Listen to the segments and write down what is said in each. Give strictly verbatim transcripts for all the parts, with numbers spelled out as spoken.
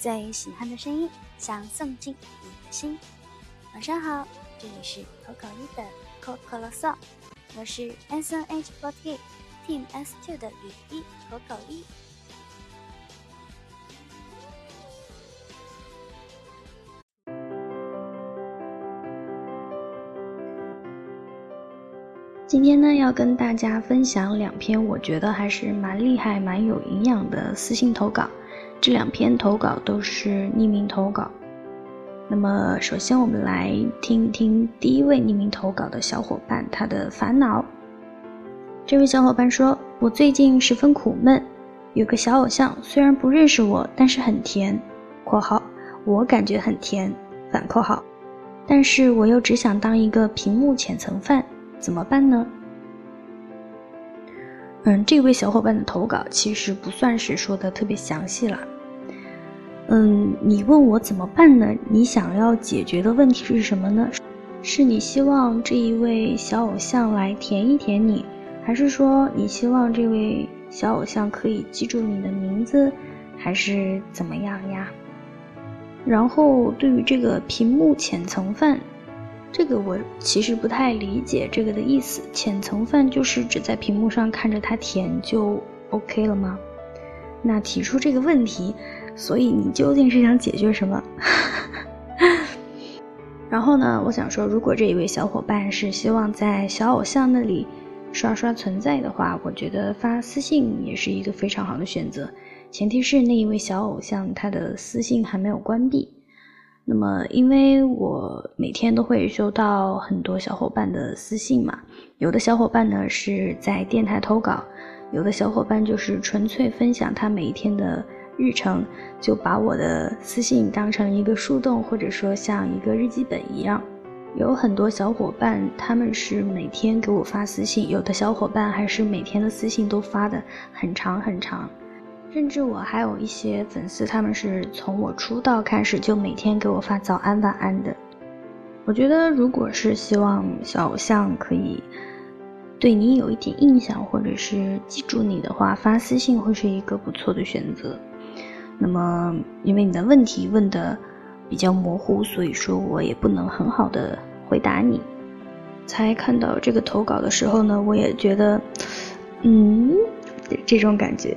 最喜欢的声音，想送进你的心。晚上好，这里是口口一的口口啰嗦，我是 S N H 四十八 Team S 二 的雨一口口一。 今天呢，要跟大家分享两篇我觉得还是蛮厉害、蛮有营养的私信投稿。这两篇投稿都是匿名投稿。那么，首先我们来听一听第一位匿名投稿的小伙伴他的烦恼。这位小伙伴说：“我最近十分苦闷，有个小偶像虽然不认识我，但是很甜（括号我感觉很甜）反括号，但是我又只想当一个屏幕浅层饭。”怎么办呢？嗯，这位小伙伴的投稿其实不算是说的特别详细了。嗯，你问我怎么办呢？你想要解决的问题是什么呢？是你希望这一位小偶像来甜一甜你，还是说你希望这位小偶像可以记住你的名字，还是怎么样呀？然后对于这个屏幕浅层饭，这个我其实不太理解这个的意思。浅层饭就是只在屏幕上看着它甜就 OK 了吗？那提出这个问题，所以你究竟是想解决什么？然后呢，我想说，如果这一位小伙伴是希望在小偶像那里刷刷存在的话，我觉得发私信也是一个非常好的选择，前提是那一位小偶像他的私信还没有关闭。那么因为我每天都会收到很多小伙伴的私信嘛，有的小伙伴呢是在电台投稿，有的小伙伴就是纯粹分享他每一天的日程，就把我的私信当成一个树洞，或者说像一个日记本一样。有很多小伙伴他们是每天给我发私信，有的小伙伴还是每天的私信都发的很长很长，甚至我还有一些粉丝，他们是从我出道开始就每天给我发早安晚安的。我觉得如果是希望小偶像可以对你有一点印象，或者是记住你的话，发私信会是一个不错的选择。那么因为你的问题问得比较模糊，所以说我也不能很好的回答你。才看到这个投稿的时候呢，我也觉得嗯这种感觉。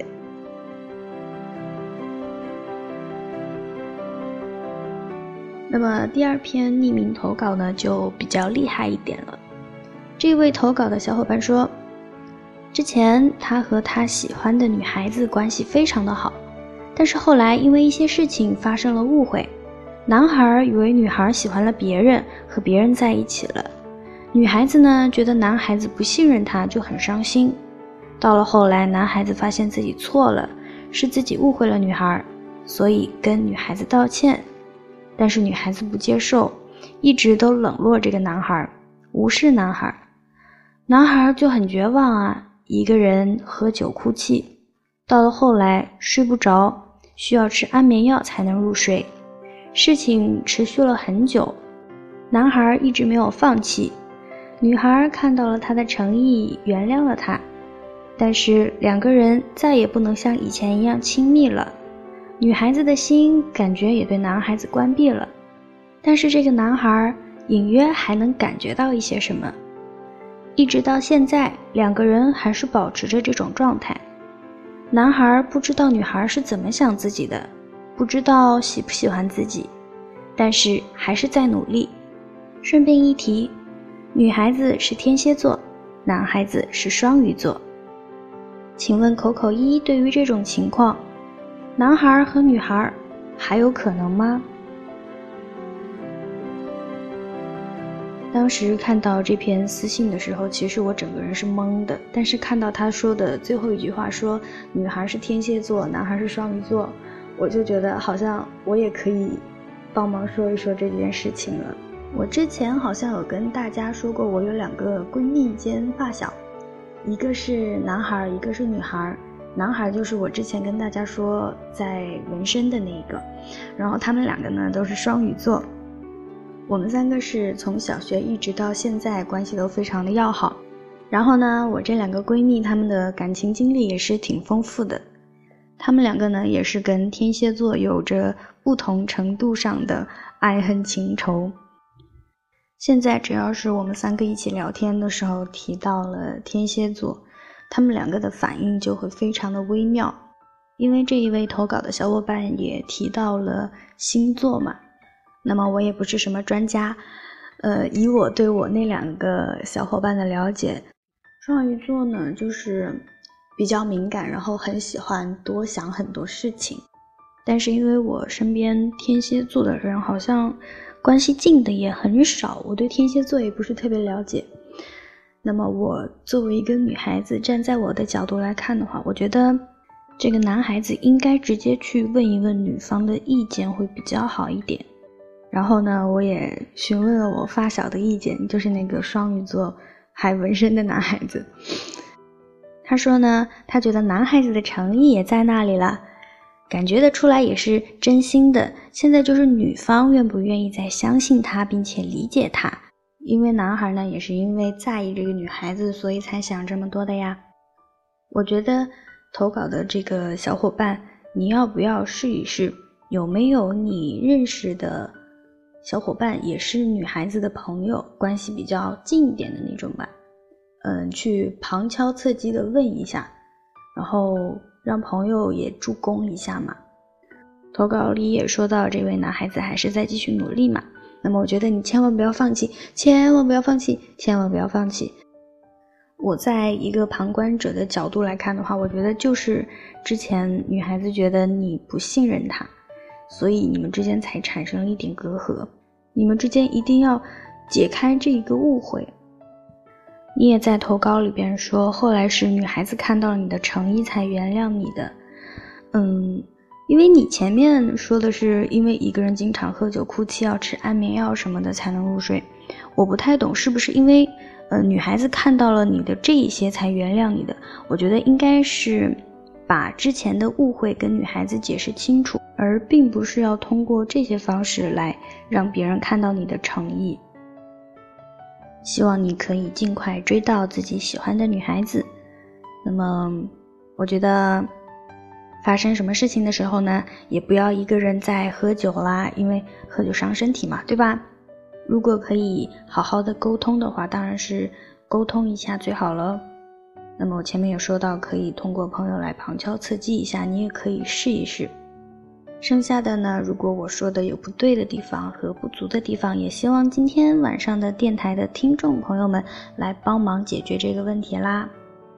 那么第二篇匿名投稿呢，就比较厉害一点了。这位投稿的小伙伴说，之前他和他喜欢的女孩子关系非常的好，但是后来因为一些事情发生了误会，男孩以为女孩喜欢了别人，和别人在一起了。女孩子呢，觉得男孩子不信任她，就很伤心。到了后来，男孩子发现自己错了，是自己误会了女孩，所以跟女孩子道歉。但是女孩子不接受，一直都冷落这个男孩，无视男孩。男孩就很绝望啊，一个人喝酒哭泣，到了后来睡不着，需要吃安眠药才能入睡。事情持续了很久，男孩一直没有放弃。女孩看到了他的诚意，原谅了他，但是两个人再也不能像以前一样亲密了。女孩子的心感觉也对男孩子关闭了，但是这个男孩隐约还能感觉到一些什么。一直到现在，两个人还是保持着这种状态。男孩不知道女孩是怎么想自己的，不知道喜不喜欢自己，但是还是在努力。顺便一提，女孩子是天蝎座，男孩子是双鱼座。请问口口一对于这种情况，男孩和女孩还有可能吗？当时看到这篇私信的时候，其实我整个人是懵的，但是看到他说的最后一句话，说女孩是天蝎座，男孩是双鱼座，我就觉得好像我也可以帮忙说一说这件事情了。我之前好像有跟大家说过，我有两个闺蜜兼发小，一个是男孩，一个是女孩。男孩就是我之前跟大家说在纹身的那一个，然后他们两个呢都是双鱼座。我们三个是从小学一直到现在关系都非常的要好，然后呢我这两个闺蜜她们的感情经历也是挺丰富的。 他们两个呢也是跟天蝎座有着不同程度上的爱恨情仇。现在只要是我们三个一起聊天的时候提到了天蝎座，他们两个的反应就会非常的微妙。因为这一位投稿的小伙伴也提到了星座嘛，那么我也不是什么专家，呃，以我对我那两个小伙伴的了解，双鱼座呢就是比较敏感，然后很喜欢多想很多事情。但是因为我身边天蝎座的人好像关系近的也很少，我对天蝎座也不是特别了解。那么我作为一个女孩子，站在我的角度来看的话，我觉得这个男孩子应该直接去问一问女方的意见会比较好一点。然后呢，我也询问了我发小的意见，就是那个双鱼座还纹身的男孩子。他说呢，他觉得男孩子的诚意也在那里了，感觉得出来也是真心的，现在就是女方愿不愿意再相信他并且理解他。因为男孩呢也是因为在意这个女孩子，所以才想这么多的呀。我觉得投稿的这个小伙伴，你要不要试一试，有没有你认识的小伙伴也是女孩子的朋友，关系比较近一点的那种吧，嗯，去旁敲侧击的问一下，然后让朋友也助攻一下嘛。投稿里也说到这位男孩子还是在继续努力嘛，那么我觉得你千万不要放弃，千万不要放弃，千万不要放弃。我在一个旁观者的角度来看的话，我觉得就是之前女孩子觉得你不信任她，所以你们之间才产生了一点隔阂，你们之间一定要解开这一个误会。你也在投稿里边说，后来是女孩子看到了你的诚意才原谅你的。嗯，因为你前面说的是因为一个人经常喝酒哭泣要吃安眠药什么的才能入睡，我不太懂是不是因为呃，女孩子看到了你的这一些才原谅你的。我觉得应该是把之前的误会跟女孩子解释清楚，而并不是要通过这些方式来让别人看到你的诚意。希望你可以尽快追到自己喜欢的女孩子。那么我觉得发生什么事情的时候呢，也不要一个人在喝酒啦，因为喝酒伤身体嘛，对吧？如果可以好好的沟通的话，当然是沟通一下最好了。那么我前面也说到，可以通过朋友来旁敲侧击一下，你也可以试一试。剩下的呢，如果我说的有不对的地方和不足的地方，也希望今天晚上的电台的听众朋友们来帮忙解决这个问题啦。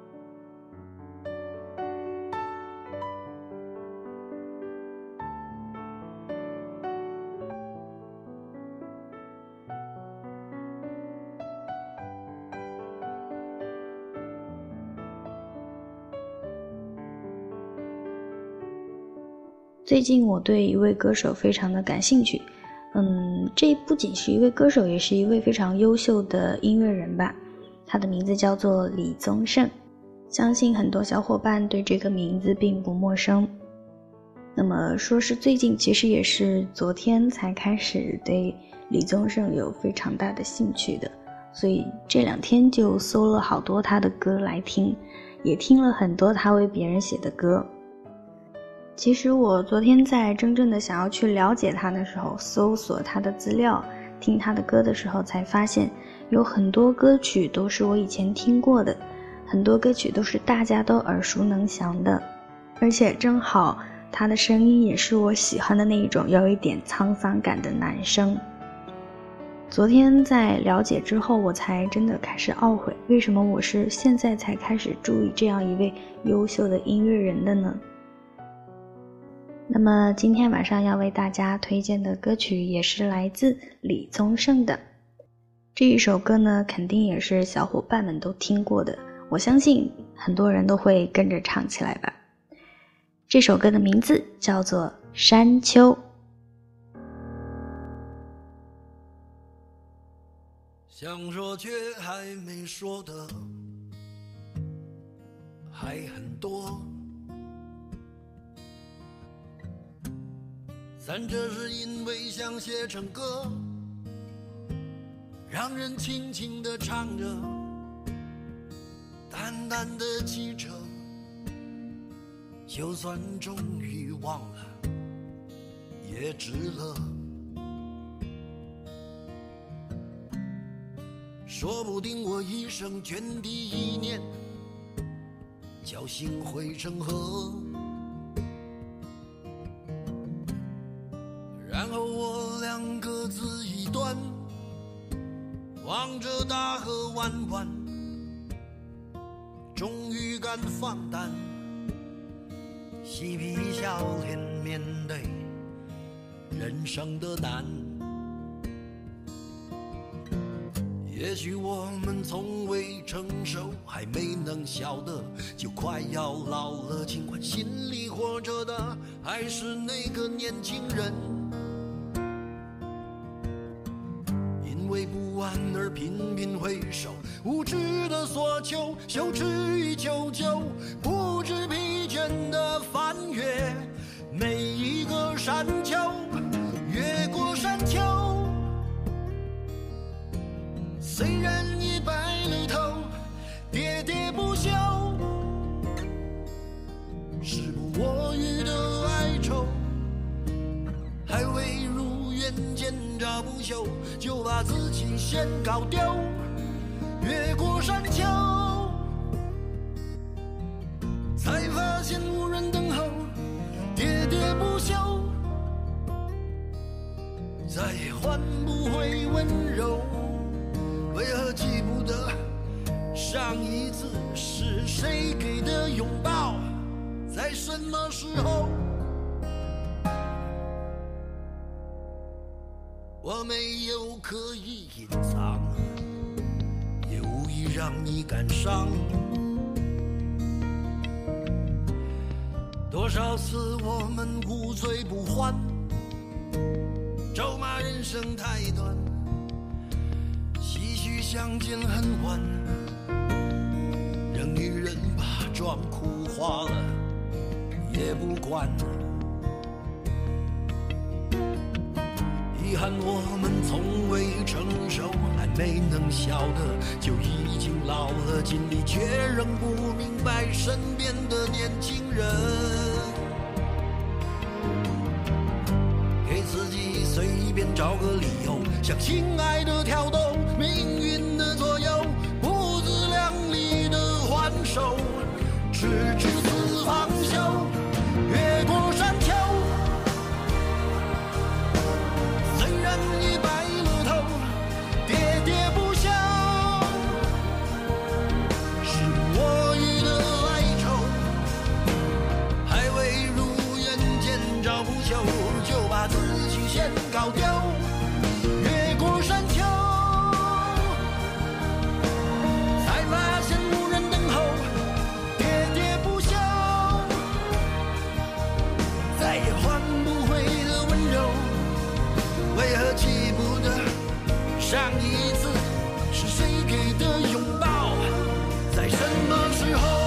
最近我对一位歌手非常的感兴趣，嗯，这不仅是一位歌手，也是一位非常优秀的音乐人吧。他的名字叫做李宗盛，相信很多小伙伴对这个名字并不陌生。那么说是最近，其实也是昨天才开始对李宗盛有非常大的兴趣的，所以这两天就搜了好多他的歌来听，也听了很多他为别人写的歌。其实我昨天在真正的想要去了解他的时候，搜索他的资料，听他的歌的时候，才发现有很多歌曲都是我以前听过的，很多歌曲都是大家都耳熟能详的，而且正好他的声音也是我喜欢的那一种有一点沧桑感的男生。昨天在了解之后，我才真的开始懊悔，为什么我是现在才开始注意这样一位优秀的音乐人的呢？那么今天晚上要为大家推荐的歌曲也是来自李宗盛的。这一首歌呢，肯定也是小伙伴们都听过的，我相信很多人都会跟着唱起来吧。这首歌的名字叫做《山丘》。 想说却还没说的还很多，但这是因为想写成歌，让人轻轻地唱着，淡淡的记着， 就算终于忘了，也值了。说不定我一生涓滴一念，侥幸汇成河。然后我俩各自一端，望着大河弯弯，终于敢放胆，嬉皮笑脸面对人生的难。也许我们从未成熟，还没能晓得，就快要老了，尽管心里活着的还是那个年轻人。因为不安而频频回首，无知的索求，羞耻与求救，不知疲倦的翻越每一个山丘，越过山丘。虽然已白了头，喋喋不休，时不我予的哀愁，还未如愿见着不朽，就把自己先搞丢。越过山丘，才发现无人等候，喋喋不休，再也换不回温柔。为何记不得上一次是谁给的拥抱，在什么时候？我没有刻意隐藏，也无意让你感伤。多少次我们无醉不欢，咒骂人生太短，唏嘘相见恨晚，让女人把妆哭花了也不管。遗憾我们从未成熟，还没能晓得，就已经老了，尽力却仍不明白身边的年轻人。给自己随便找个理由，向亲爱的挑逗，命运的左右，不自量力的还手，直至死方休。越过山丘，虽然已白了头，喋喋不休，是我予的哀愁，还未如愿见着不朽，就把自己先搞丢。越过山丘，才发现无人等候，喋喋不休，再也换不回的温柔。为何记不得上一次是谁给的拥抱，在什么时候？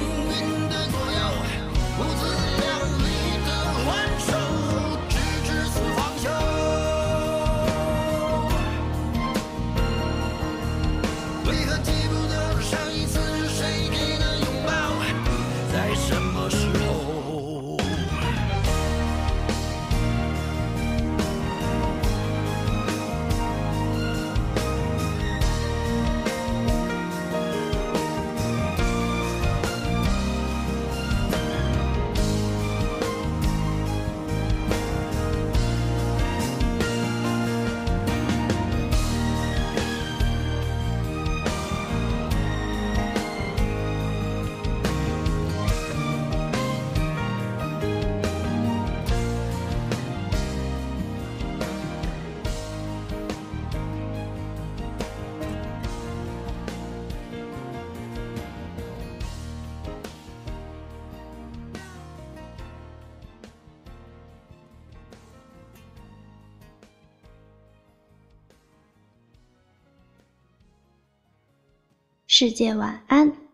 直至世界晚安。